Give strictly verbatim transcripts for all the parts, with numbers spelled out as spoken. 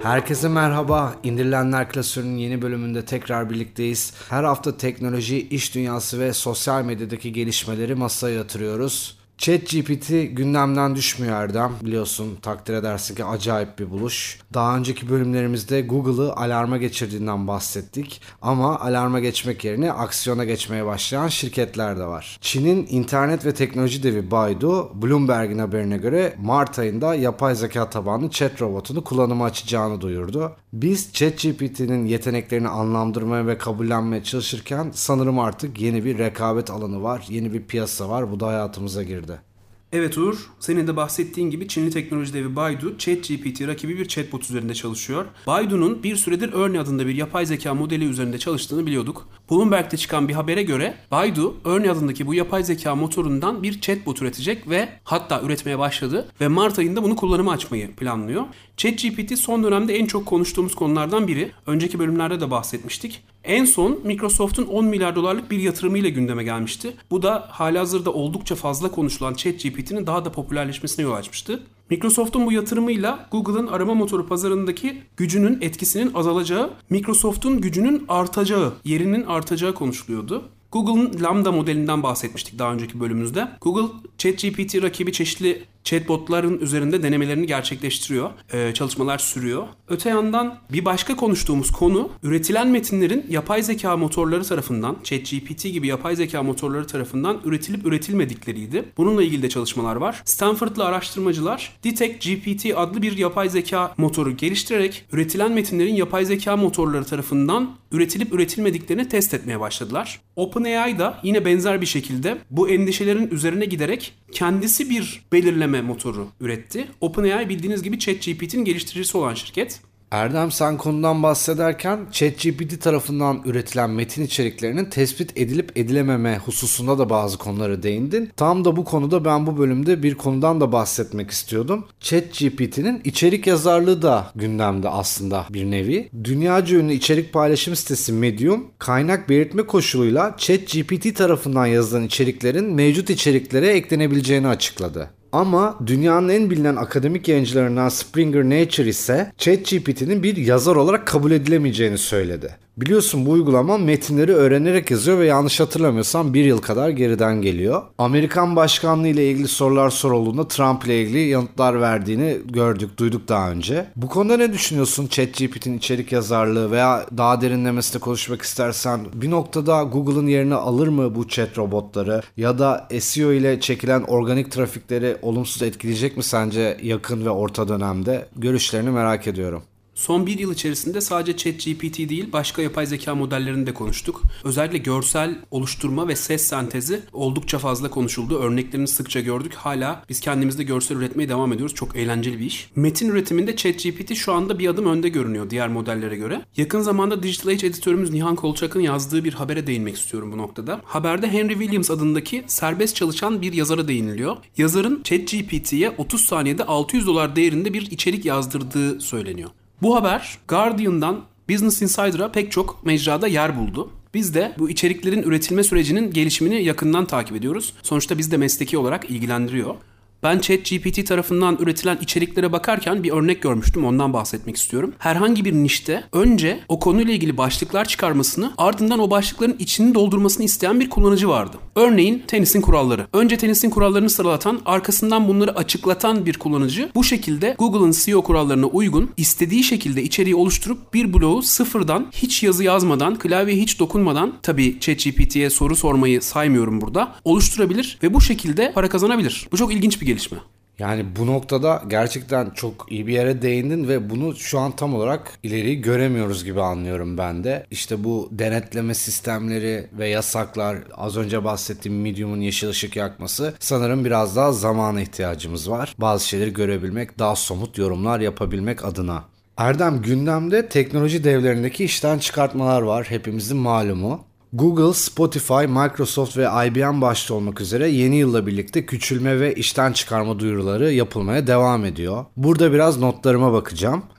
Herkese merhaba. İndirilenler klasörünün yeni bölümünde tekrar birlikteyiz. Her hafta teknoloji, iş dünyası ve sosyal medyadaki gelişmeleri masaya yatırıyoruz. ChatGPT gündemden düşmüyor Erdem. Biliyorsun, takdir edersin ki acayip bir buluş. Daha önceki bölümlerimizde Google'ı alarma geçirdiğinden bahsettik. Ama alarma geçmek yerine aksiyona geçmeye başlayan şirketler de var. Çin'in internet ve teknoloji devi Baidu, Bloomberg'in haberine göre Mart ayında yapay zeka tabanlı chat robotunu kullanıma açacağını duyurdu. Biz ChatGPT'nin yeteneklerini anlamlandırmaya ve kabullenmeye çalışırken sanırım artık yeni bir rekabet alanı var, yeni bir piyasa var. Bu da hayatımıza girdi. Evet Uğur, senin de bahsettiğin gibi Çinli teknoloji devi Baidu, ChatGPT rakibi bir chatbot üzerinde çalışıyor. Baidu'nun bir süredir Ernie adında bir yapay zeka modeli üzerinde çalıştığını biliyorduk. Bloomberg'de çıkan bir habere göre Baidu, Ernie adındaki bu yapay zeka motorundan bir chatbot üretecek ve hatta üretmeye başladı ve Mart ayında bunu kullanıma açmayı planlıyor. ChatGPT son dönemde en çok konuştuğumuz konulardan biri. Önceki bölümlerde de bahsetmiştik. En son Microsoft'un on milyar dolarlık bir yatırımıyla gündeme gelmişti. Bu da halihazırda oldukça fazla konuşulan ChatGPT'nin daha da popülerleşmesine yol açmıştı. Microsoft'un bu yatırımıyla Google'ın arama motoru pazarındaki gücünün, etkisinin azalacağı, Microsoft'un gücünün artacağı, yerinin artacağı konuşuluyordu. Google'ın Lambda modelinden bahsetmiştik daha önceki bölümümüzde. Google, ChatGPT rakibi çeşitli chatbotların üzerinde denemelerini gerçekleştiriyor. Ee, çalışmalar sürüyor. Öte yandan bir başka konuştuğumuz konu, üretilen metinlerin yapay zeka motorları tarafından, ChatGPT gibi yapay zeka motorları tarafından üretilip üretilmedikleriydi. Bununla ilgili de çalışmalar var. Stanford'lı araştırmacılar Detect G P T adlı bir yapay zeka motoru geliştirerek üretilen metinlerin yapay zeka motorları tarafından üretilip üretilmediklerini test etmeye başladılar. OpenAI da yine benzer bir şekilde bu endişelerin üzerine giderek kendisi bir belirleme motoru üretti. OpenAI bildiğiniz gibi ChatGPT'nin geliştiricisi olan şirket. Erdem, sen konudan bahsederken ChatGPT tarafından üretilen metin içeriklerinin tespit edilip edilememe hususunda da bazı konulara değindin. Tam da bu konuda ben bu bölümde bir konudan da bahsetmek istiyordum. ChatGPT'nin içerik yazarlığı da gündemde aslında bir nevi. Dünyaca ünlü içerik paylaşım sitesi Medium, kaynak belirtme koşuluyla ChatGPT tarafından yazılan içeriklerin mevcut içeriklere eklenebileceğini açıkladı. Ama dünyanın en bilinen akademik yayıncılarından Springer Nature ise ChatGPT'nin bir yazar olarak kabul edilemeyeceğini söyledi. Biliyorsun, bu uygulama metinleri öğrenerek yazıyor ve yanlış hatırlamıyorsam bir yıl kadar geriden geliyor. Amerikan başkanlığı ile ilgili sorular sorulduğunda Trump ile ilgili yanıtlar verdiğini gördük, duyduk daha önce. Bu konuda ne düşünüyorsun? ChatGPT'nin içerik yazarlığı veya daha derinlemesine konuşmak istersen bir noktada Google'ın yerini alır mı bu chat robotları? Ya da S E O ile çekilen organik trafikleri olumsuz etkileyecek mi sence yakın ve orta dönemde? Görüşlerini merak ediyorum. Son bir yıl içerisinde sadece ChatGPT değil, başka yapay zeka modellerini de konuştuk. Özellikle görsel oluşturma ve ses sentezi oldukça fazla konuşuldu. Örneklerini sıkça gördük. Hala biz kendimizde görsel üretmeye devam ediyoruz. Çok eğlenceli bir iş. Metin üretiminde ChatGPT şu anda bir adım önde görünüyor diğer modellere göre. Yakın zamanda Digital Age editörümüz Nihan Kolçak'ın yazdığı bir habere değinmek istiyorum bu noktada. Haberde Henry Williams adındaki serbest çalışan bir yazara değiniliyor. Yazarın ChatGPT'ye otuz saniyede altı yüz dolar değerinde bir içerik yazdırdığı söyleniyor. Bu haber Guardian'dan Business Insider'a pek çok mecrada yer buldu. Biz de bu içeriklerin üretilme sürecinin gelişimini yakından takip ediyoruz. Sonuçta biz de mesleki olarak ilgilendiriyor. Ben ChatGPT tarafından üretilen içeriklere bakarken bir örnek görmüştüm, ondan bahsetmek istiyorum. Herhangi bir nişte önce o konuyla ilgili başlıklar çıkarmasını, ardından o başlıkların içini doldurmasını isteyen bir kullanıcı vardı. Örneğin tenisin kuralları. Önce tenisin kurallarını sıralatan, arkasından bunları açıklatan bir kullanıcı bu şekilde Google'ın S E O kurallarına uygun istediği şekilde içeriği oluşturup bir blogu sıfırdan, hiç yazı yazmadan, klavyeye hiç dokunmadan, tabii ChatGPT'ye soru sormayı saymıyorum burada, oluşturabilir ve bu şekilde para kazanabilir. Bu çok ilginç bir gelişme. Yani bu noktada gerçekten çok iyi bir yere değindin ve bunu şu an tam olarak ileri göremiyoruz gibi anlıyorum ben de. İşte bu denetleme sistemleri ve yasaklar, az önce bahsettiğim Medium'un yeşil ışık yakması, sanırım biraz daha zamana ihtiyacımız var. Bazı şeyleri görebilmek, daha somut yorumlar yapabilmek adına. Erdem, gündemde teknoloji devlerindeki işten çıkartmalar var, hepimizin malumu. Google, Spotify, Microsoft ve I B M başta olmak üzere yeni yılla birlikte küçülme ve işten çıkarma duyuruları yapılmaya devam ediyor. Burada biraz notlarıma bakacağım.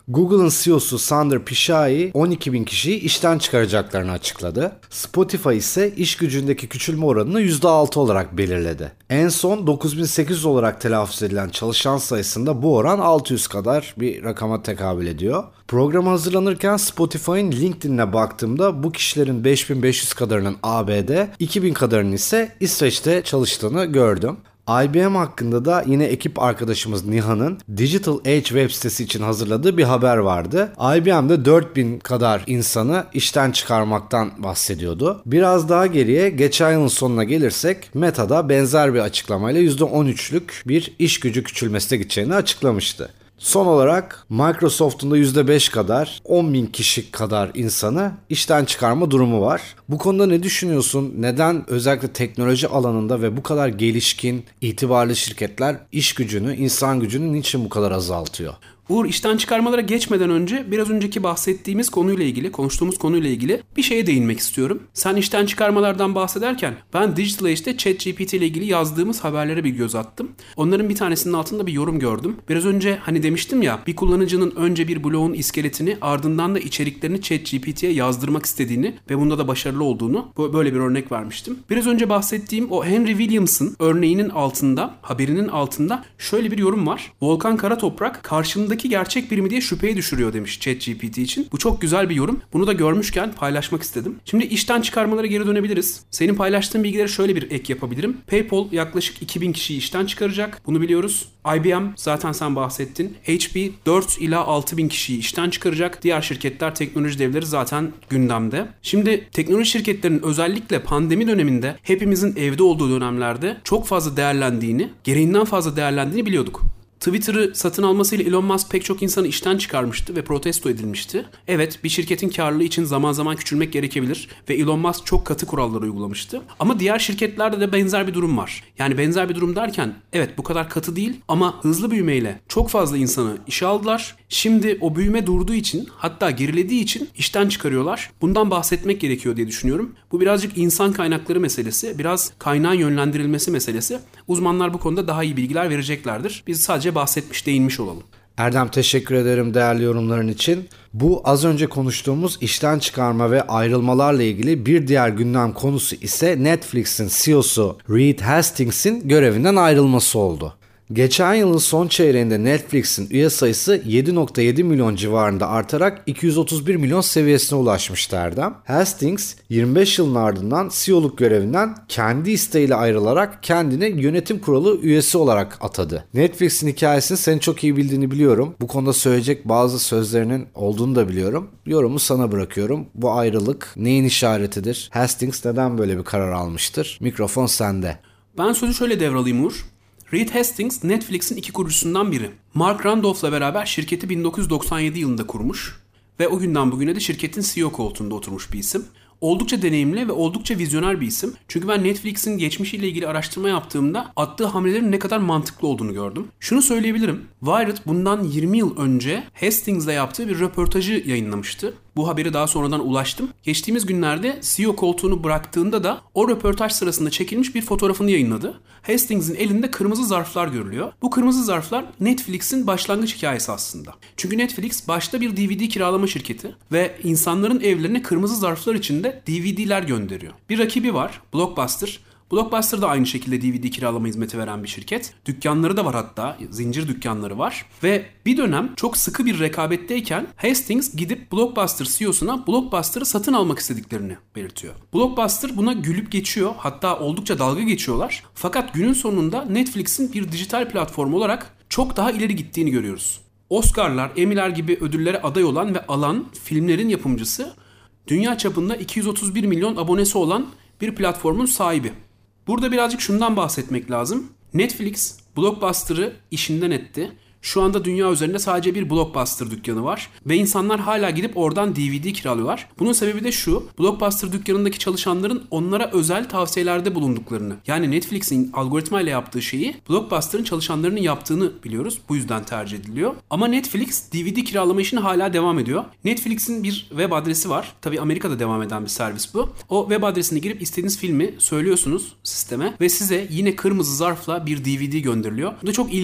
Google'ın C E O'su Sundar Pichai on iki bin kişiyi işten çıkaracaklarını açıkladı. Spotify ise iş gücündeki küçülme oranını yüzde altı olarak belirledi. En son dokuz bin sekiz yüz olarak telaffuz edilen çalışan sayısında bu oran altı yüz kadar bir rakama tekabül ediyor. Programa hazırlanırken Spotify'ın LinkedIn'e baktığımda bu kişilerin beş bin beş yüz kadarının A B D, iki bin kadarının ise İsveç'te çalıştığını gördüm. I B M hakkında da yine ekip arkadaşımız Nihan'ın Digital Age web sitesi için hazırladığı bir haber vardı. I B M'de dört bin kadar insanı işten çıkarmaktan bahsediyordu. Biraz daha geriye geçen yılın sonuna gelirsek Meta'da benzer bir açıklamayla yüzde on üçlük bir iş gücü küçülmesine gideceğini açıklamıştı. Son olarak Microsoft'un da yüzde beş kadar on bin kişi kadar insanı işten çıkarma durumu var. Bu konuda ne düşünüyorsun? Neden özellikle teknoloji alanında ve bu kadar gelişkin, itibarlı şirketler iş gücünü, insan gücünü niçin bu kadar azaltıyor? Uğur, işten çıkarmalara geçmeden önce biraz önceki bahsettiğimiz konuyla ilgili, konuştuğumuz konuyla ilgili bir şeye değinmek istiyorum. Sen işten çıkarmalardan bahsederken ben Digital Age'de ChatGPT ile ilgili yazdığımız haberlere bir göz attım. Onların bir tanesinin altında bir yorum gördüm. Biraz önce hani demiştim ya, bir kullanıcının önce bir blogun iskeletini ardından da içeriklerini ChatGPT'ye yazdırmak istediğini ve bunda da başarılı olduğunu, böyle bir örnek vermiştim. Biraz önce bahsettiğim o Henry Williams'ın örneğinin altında, haberinin altında şöyle bir yorum var. Volkan Karatoprak karşında gerçek biri mi diye şüpheye düşürüyor demiş ChatGPT için. Bu çok güzel bir yorum. Bunu da görmüşken paylaşmak istedim. Şimdi işten çıkarmalara geri dönebiliriz. Senin paylaştığın bilgilere şöyle bir ek yapabilirim. PayPal yaklaşık iki bin kişiyi işten çıkaracak. Bunu biliyoruz. I B M zaten sen bahsettin. H P dört ila altı bin kişiyi işten çıkaracak. Diğer şirketler, teknoloji devleri zaten gündemde. Şimdi teknoloji şirketlerinin özellikle pandemi döneminde hepimizin evde olduğu dönemlerde çok fazla değerlendiğini, gereğinden fazla değerlendiğini biliyorduk. Twitter'ı satın almasıyla Elon Musk pek çok insanı işten çıkarmıştı ve protesto edilmişti. Evet, bir şirketin karlılığı için zaman zaman küçülmek gerekebilir ve Elon Musk çok katı kurallar uygulamıştı. Ama diğer şirketlerde de benzer bir durum var. Yani benzer bir durum derken evet bu kadar katı değil ama hızlı büyümeyle çok fazla insanı işe aldılar. Şimdi o büyüme durduğu için, hatta gerilediği için işten çıkarıyorlar. Bundan bahsetmek gerekiyor diye düşünüyorum. Bu birazcık insan kaynakları meselesi, biraz kaynağın yönlendirilmesi meselesi. Uzmanlar bu konuda daha iyi bilgiler vereceklerdir. Biz sadece bahsetmiş, değinmiş olalım. Erdem, teşekkür ederim değerli yorumların için. Bu az önce konuştuğumuz işten çıkarma ve ayrılmalarla ilgili bir diğer gündem konusu ise Netflix'in C E O'su Reed Hastings'in görevinden ayrılması oldu. Geçen yılın son çeyreğinde Netflix'in üye sayısı yedi nokta yedi milyon civarında artarak iki yüz otuz bir milyon seviyesine ulaşmıştı Erdem. Hastings yirmi beş yılın ardından C E O'luk görevinden kendi isteğiyle ayrılarak kendini yönetim kurulu üyesi olarak atadı. Netflix'in hikayesini senin çok iyi bildiğini biliyorum. Bu konuda söyleyecek bazı sözlerinin olduğunu da biliyorum. Yorumu sana bırakıyorum. Bu ayrılık neyin işaretidir? Hastings neden böyle bir karar almıştır? Mikrofon sende. Ben sözü şöyle devralayım Uğur. Reed Hastings, Netflix'in iki kurucusundan biri. Mark Randolph'la beraber şirketi bin dokuz yüz doksan yedi yılında kurmuş ve o günden bugüne de şirketin C E O koltuğunda oturmuş bir isim. Oldukça deneyimli ve oldukça vizyoner bir isim. Çünkü ben Netflix'in geçmişiyle ilgili araştırma yaptığımda attığı hamlelerin ne kadar mantıklı olduğunu gördüm. Şunu söyleyebilirim. Wired bundan yirmi yıl önce Hastings'la yaptığı bir röportajı yayınlamıştı. Bu haberi daha sonradan ulaştım. Geçtiğimiz günlerde C E O koltuğunu bıraktığında da o röportaj sırasında çekilmiş bir fotoğrafını yayınladı. Hastings'in elinde kırmızı zarflar görülüyor. Bu kırmızı zarflar Netflix'in başlangıç hikayesi aslında. Çünkü Netflix başta bir D V D kiralama şirketi ve insanların evlerine kırmızı zarflar içinde D V D'ler gönderiyor. Bir rakibi var, Blockbuster. Blockbuster da aynı şekilde D V D kiralama hizmeti veren bir şirket. Dükkanları da var, hatta zincir dükkanları var. Ve bir dönem çok sıkı bir rekabetteyken Hastings gidip Blockbuster C E O'suna Blockbuster'ı satın almak istediklerini belirtiyor. Blockbuster buna gülüp geçiyor, hatta oldukça dalga geçiyorlar. Fakat günün sonunda Netflix'in bir dijital platform olarak çok daha ileri gittiğini görüyoruz. Oscar'lar, Emmy'ler gibi ödüllere aday olan ve alan filmlerin yapımcısı, dünya çapında iki yüz otuz bir milyon abonesi olan bir platformun sahibi. Burada birazcık şundan bahsetmek lazım. Netflix Blockbuster'ı işinden etti. Şu anda dünya üzerinde sadece bir Blockbuster dükkanı var ve insanlar hala gidip oradan D V D kiralıyorlar. Bunun sebebi de şu: Blockbuster dükkanındaki çalışanların onlara özel tavsiyelerde bulunduklarını. Yani Netflix'in algoritmayla yaptığı şeyi Blockbuster'ın çalışanlarının yaptığını biliyoruz. Bu yüzden tercih ediliyor. Ama Netflix D V D kiralama işini hala devam ediyor. Netflix'in bir web adresi var. Tabii Amerika'da devam eden bir servis bu. O web adresine girip istediğiniz filmi söylüyorsunuz sisteme ve size yine kırmızı zarfla bir D V D gönderiliyor. Bu da çok ilginç.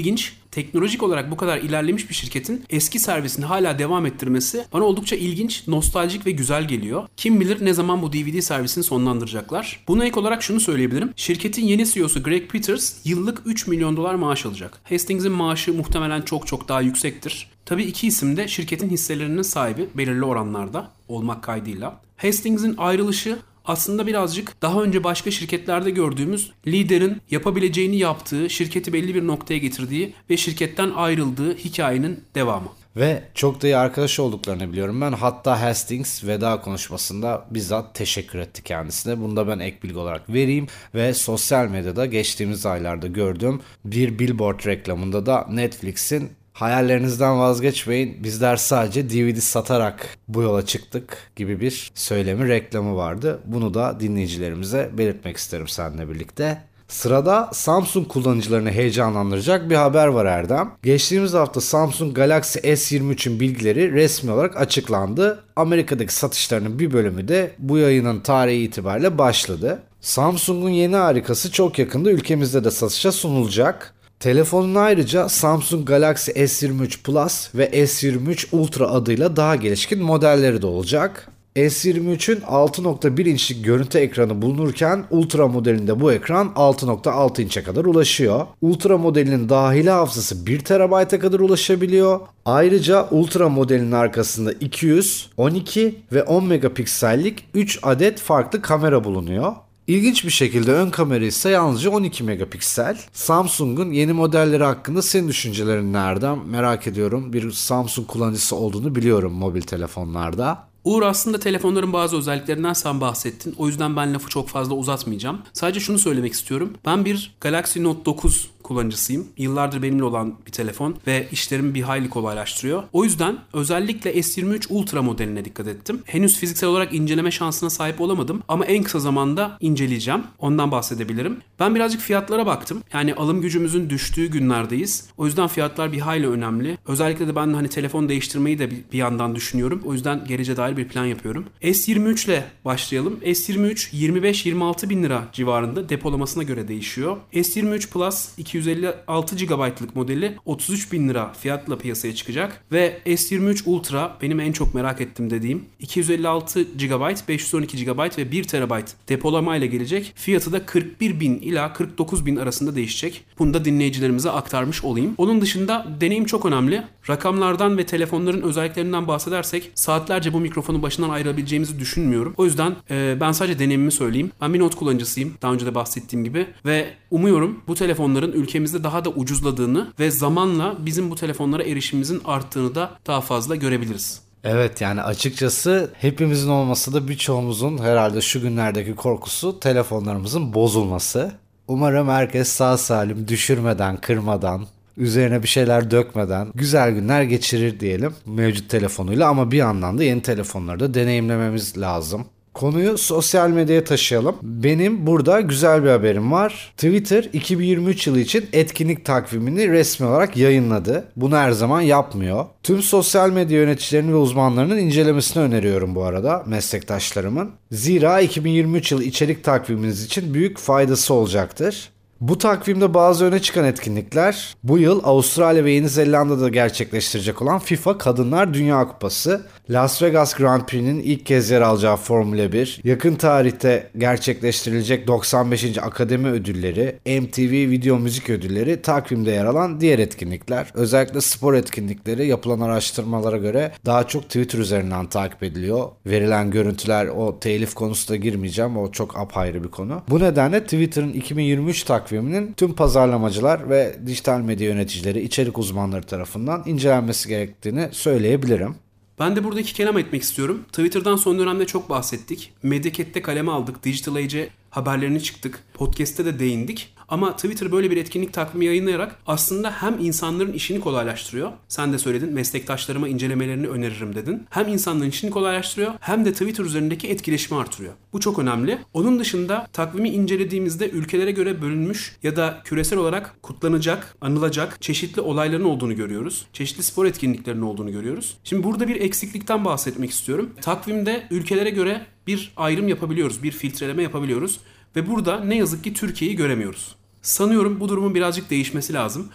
teknolojik olarak bu kadar ilerlemiş bir şirketin eski servisini hala devam ettirmesi bana oldukça ilginç, nostaljik ve güzel geliyor. Kim bilir ne zaman bu D V D servisini sonlandıracaklar. Buna ek olarak şunu söyleyebilirim. Şirketin yeni C E O'su Greg Peters yıllık üç milyon dolar maaş alacak. Hastings'in maaşı muhtemelen çok çok daha yüksektir. Tabii iki isim de şirketin hisselerinin sahibi belirli oranlarda olmak kaydıyla. Hastings'in ayrılışı aslında birazcık daha önce başka şirketlerde gördüğümüz liderin yapabileceğini yaptığı, şirketi belli bir noktaya getirdiği ve şirketten ayrıldığı hikayenin devamı. Ve çok da iyi arkadaş olduklarını biliyorum ben. Hatta Hastings veda konuşmasında bizzat teşekkür etti kendisine. Bunu da ben ek bilgi olarak vereyim. Ve sosyal medyada geçtiğimiz aylarda gördüğüm bir billboard reklamında da Netflix'in "Hayallerinizden vazgeçmeyin, bizler sadece D V D satarak bu yola çıktık" gibi bir söylemi, reklamı vardı. Bunu da dinleyicilerimize belirtmek isterim seninle birlikte. Sırada Samsung kullanıcılarını heyecanlandıracak bir haber var Erdem. Geçtiğimiz hafta Samsung Galaxy S yirmi üçün bilgileri resmi olarak açıklandı. Amerika'daki satışlarının bir bölümü de bu yayının tarihi itibariyle başladı. Samsung'un yeni harikası çok yakında ülkemizde de satışa sunulacak. Telefonun ayrıca Samsung Galaxy S yirmi üç Plus ve S yirmi üç Ultra adıyla daha gelişkin modelleri de olacak. S yirmi üçün altı nokta bir inçlik görüntü ekranı bulunurken Ultra modelinde bu ekran altı nokta altı inçe kadar ulaşıyor. Ultra modelinin dahili hafızası bir terabayta kadar ulaşabiliyor. Ayrıca Ultra modelinin arkasında iki yüz, on iki ve on megapiksellik üç adet farklı kamera bulunuyor. İlginç bir şekilde ön kamera ise yalnızca on iki megapiksel. Samsung'un yeni modelleri hakkında senin düşüncelerin nereden? Merak ediyorum. Bir Samsung kullanıcısı olduğunu biliyorum mobil telefonlarda. Uğur, aslında telefonların bazı özelliklerinden sen bahsettin. O yüzden ben lafı çok fazla uzatmayacağım. Sadece şunu söylemek istiyorum. Ben bir Galaxy Note dokuz kullanıcısıyım. Yıllardır benimle olan bir telefon ve işlerimi bir hayli kolaylaştırıyor. O yüzden özellikle S yirmi üç Ultra modeline dikkat ettim. Henüz fiziksel olarak inceleme şansına sahip olamadım ama en kısa zamanda inceleyeceğim. Ondan bahsedebilirim. Ben birazcık fiyatlara baktım. Yani alım gücümüzün düştüğü günlerdeyiz. O yüzden fiyatlar bir hayli önemli. Özellikle de ben hani telefon değiştirmeyi de bir yandan düşünüyorum. O yüzden geleceğe dair bir plan yapıyorum. S yirmi üç ile başlayalım. S yirmi üç yirmi beş yirmi altı bin lira civarında, depolamasına göre değişiyor. S yirmi üç Plus iki yüz elli altı gigabaytlık modeli otuz üç bin lira fiyatla piyasaya çıkacak ve S yirmi üç Ultra benim en çok merak ettim dediğim iki yüz elli altı gigabayt, beş yüz on iki gigabayt ve bir terabayt depolamayla gelecek. Fiyatı da kırk bir bin ila kırk dokuz bin arasında değişecek. Bunu da dinleyicilerimize aktarmış olayım. Onun dışında deneyim çok önemli. Rakamlardan ve telefonların özelliklerinden bahsedersek saatlerce bu mikrofonu başından ayırabileceğimizi düşünmüyorum. O yüzden e, ben sadece deneyimimi söyleyeyim. Ben bir Note kullanıcısıyım. Daha önce de bahsettiğim gibi ve umuyorum bu telefonların ülkemizde daha da ucuzladığını ve zamanla bizim bu telefonlara erişimimizin arttığını da daha fazla görebiliriz. Evet, yani açıkçası hepimizin olmasa da birçoğumuzun herhalde şu günlerdeki korkusu telefonlarımızın bozulması. Umarım herkes sağ salim, düşürmeden, kırmadan, üzerine bir şeyler dökmeden güzel günler geçirir diyelim mevcut telefonuyla, ama bir yandan da yeni telefonları da deneyimlememiz lazım. Konuyu sosyal medyaya taşıyalım. Benim burada güzel bir haberim var. Twitter iki bin yirmi üç yılı için etkinlik takvimini resmi olarak yayınladı. Bunu her zaman yapmıyor. Tüm sosyal medya yöneticilerinin ve uzmanlarının incelemesini öneriyorum bu arada, meslektaşlarımın. Zira iki bin yirmi üç yılı içerik takviminiz için büyük faydası olacaktır. Bu takvimde bazı öne çıkan etkinlikler, bu yıl Avustralya ve Yeni Zelanda'da gerçekleştirecek olan FIFA Kadınlar Dünya Kupası, Las Vegas Grand Prix'nin ilk kez yer alacağı Formula bir, yakın tarihte gerçekleştirilecek doksan beşinci Akademi Ödülleri, M T V Video Müzik Ödülleri takvimde yer alan diğer etkinlikler. Özellikle spor etkinlikleri yapılan araştırmalara göre daha çok Twitter üzerinden takip ediliyor. Verilen görüntüler, o telif konusuna girmeyeceğim, o çok apayrı bir konu. Bu nedenle Twitter'ın iki bin yirmi üç takviminin tüm pazarlamacılar ve dijital medya yöneticileri, içerik uzmanları tarafından incelenmesi gerektiğini söyleyebilirim. Ben de burada iki kelam etmek istiyorum. Twitter'dan son dönemde çok bahsettik. Medyaket'te kaleme aldık. Digital Age'e haberlerini çıktık. Podcast'te de değindik. Ama Twitter böyle bir etkinlik takvimi yayınlayarak aslında hem insanların işini kolaylaştırıyor. Sen de söyledin, meslektaşlarıma incelemelerini öneririm dedin. Hem insanların işini kolaylaştırıyor hem de Twitter üzerindeki etkileşimi artırıyor. Bu çok önemli. Onun dışında takvimi incelediğimizde ülkelere göre bölünmüş ya da küresel olarak kutlanacak, anılacak çeşitli olayların olduğunu görüyoruz. Çeşitli spor etkinliklerinin olduğunu görüyoruz. Şimdi burada bir eksiklikten bahsetmek istiyorum. Takvimde ülkelere göre bir ayrım yapabiliyoruz, bir filtreleme yapabiliyoruz ve burada ne yazık ki Türkiye'yi göremiyoruz. Sanıyorum bu durumun birazcık değişmesi lazım.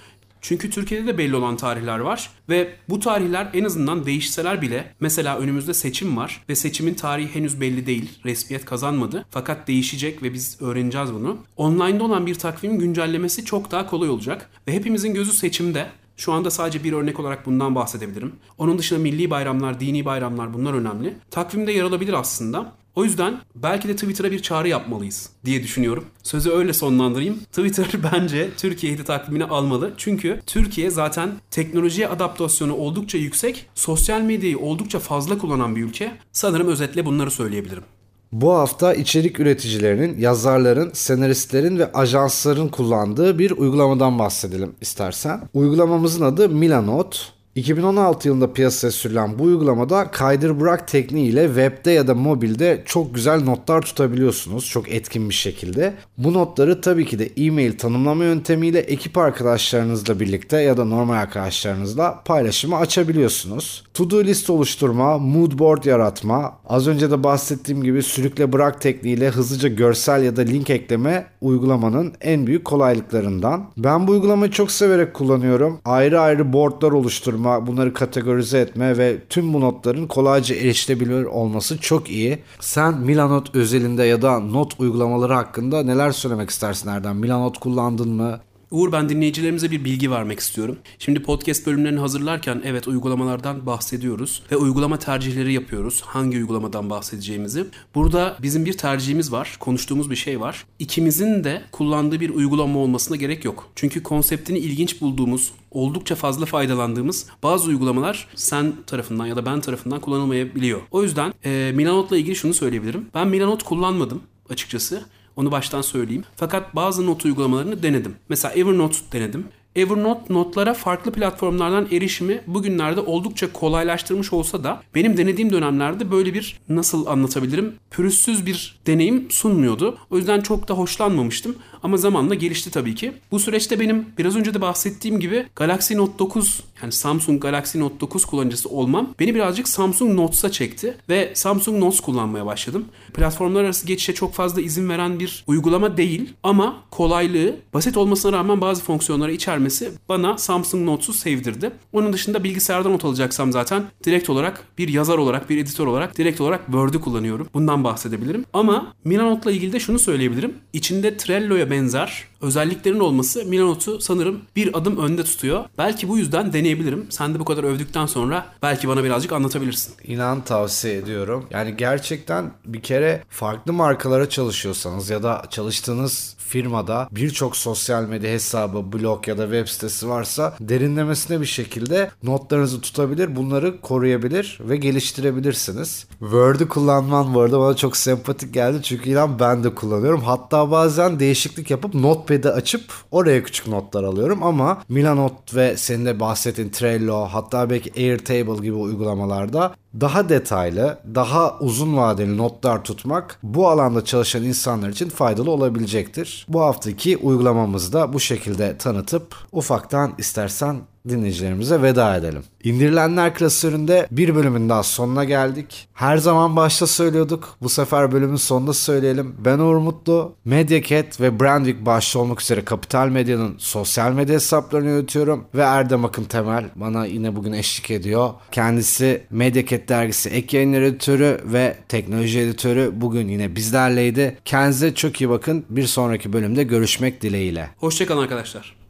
Çünkü Türkiye'de de belli olan tarihler var ve bu tarihler en azından değişseler bile, mesela önümüzde seçim var ve seçimin tarihi henüz belli değil, resmiyet kazanmadı fakat değişecek ve biz öğreneceğiz bunu. Online'da olan bir takvimin güncellemesi çok daha kolay olacak ve hepimizin gözü seçimde. Şu anda sadece bir örnek olarak bundan bahsedebilirim. Onun dışında milli bayramlar, dini bayramlar, bunlar önemli. Takvimde yer alabilir aslında. O yüzden belki de Twitter'a bir çağrı yapmalıyız diye düşünüyorum. Sözü öyle sonlandırayım. Twitter bence Türkiye'yi takvimine almalı. Çünkü Türkiye zaten teknolojiye adaptasyonu oldukça yüksek, sosyal medyayı oldukça fazla kullanan bir ülke. Sanırım özetle bunları söyleyebilirim. Bu hafta içerik üreticilerinin, yazarların, senaristlerin ve ajansların kullandığı bir uygulamadan bahsedelim istersen. Uygulamamızın adı Milanote. iki bin on altı yılında piyasaya sürülen bu uygulamada kaydır bırak tekniğiyle webde ya da mobilde çok güzel notlar tutabiliyorsunuz çok etkin bir şekilde. Bu notları tabii ki de e-mail tanımlama yöntemiyle ekip arkadaşlarınızla birlikte ya da normal arkadaşlarınızla paylaşıma açabiliyorsunuz. To-do list oluşturma, mood board yaratma, az önce de bahsettiğim gibi sürükle bırak tekniğiyle hızlıca görsel ya da link ekleme uygulamanın en büyük kolaylıklarından. Ben bu uygulamayı çok severek kullanıyorum. Ayrı ayrı boardlar oluşturma, bunları kategorize etme ve tüm bu notların kolayca erişilebilir olması çok iyi. Sen Milanote özelinde ya da not uygulamaları hakkında neler söylemek istersin Erdem? Milanote kullandın mı? Uğur, ben dinleyicilerimize bir bilgi vermek istiyorum. Şimdi podcast bölümlerini hazırlarken evet uygulamalardan bahsediyoruz ve uygulama tercihleri yapıyoruz. Hangi uygulamadan bahsedeceğimizi. Burada bizim bir tercihimiz var, konuştuğumuz bir şey var. İkimizin de kullandığı bir uygulama olmasına gerek yok. Çünkü konseptini ilginç bulduğumuz, oldukça fazla faydalandığımız bazı uygulamalar sen tarafından ya da ben tarafından kullanılmayabiliyor. O yüzden e, Milanote'la ilgili şunu söyleyebilirim. Ben Milanote kullanmadım açıkçası. Onu baştan söyleyeyim. Fakat bazı not uygulamalarını denedim. Mesela Evernote denedim. Evernote notlara farklı platformlardan erişimi bugünlerde oldukça kolaylaştırmış olsa da benim denediğim dönemlerde böyle bir, nasıl anlatabilirim, pürüzsüz bir deneyim sunmuyordu. O yüzden çok da hoşlanmamıştım ama zamanla gelişti tabii ki. Bu süreçte benim biraz önce de bahsettiğim gibi Galaxy Note dokuz, yani Samsung Galaxy Note dokuz kullanıcısı olmam beni birazcık Samsung Notes'a çekti ve Samsung Notes kullanmaya başladım. Platformlar arası geçişe çok fazla izin veren bir uygulama değil ama kolaylığı, basit olmasına rağmen bazı fonksiyonları içermesi bana Samsung Notes'u sevdirdi. Onun dışında bilgisayardan not alacaksam zaten direkt olarak bir yazar olarak, bir editör olarak direkt olarak Word'ü kullanıyorum. Bundan bahsedebilirim. Ama Milanote'la ilgili de şunu söyleyebilirim. İçinde Trello'ya benzer özelliklerin olması Milanote'u sanırım bir adım önde tutuyor. Belki bu yüzden deneyebilirim. Sen de bu kadar övdükten sonra belki bana birazcık anlatabilirsin. İnan tavsiye ediyorum. Yani gerçekten bir kere farklı markalara çalışıyorsanız ya da çalıştığınız firmada birçok sosyal medya hesabı, blog ya da web sitesi varsa derinlemesine bir şekilde notlarınızı tutabilir, bunları koruyabilir ve geliştirebilirsiniz. Word'ü kullanman bu arada bana çok sempatik geldi çünkü inan ben de kullanıyorum. Hatta bazen değişiklik yapıp Notepad'i açıp oraya küçük notlar alıyorum ama Milanote ve senin de bahsettiğin Trello, hatta belki Airtable gibi uygulamalarda daha detaylı, daha uzun vadeli notlar tutmak bu alanda çalışan insanlar için faydalı olabilecektir. Bu haftaki uygulamamızı da bu şekilde tanıtıp ufaktan istersen dinleyicilerimize veda edelim. İndirilenler klasöründe bir bölümün daha sonuna geldik. Her zaman başta söylüyorduk. Bu sefer bölümün sonunda söyleyelim. Ben Uğur Mutlu. Mediacat ve Brandwick başta olmak üzere Kapital Medya'nın sosyal medya hesaplarını yönetiyorum. Ve Erdem Akın Temel bana yine bugün eşlik ediyor. Kendisi Mediacat dergisi ek yayınlar editörü ve teknoloji editörü. Bugün yine bizlerleydi. Kendinize çok iyi bakın. Bir sonraki bölümde görüşmek dileğiyle. Hoşçakalın arkadaşlar.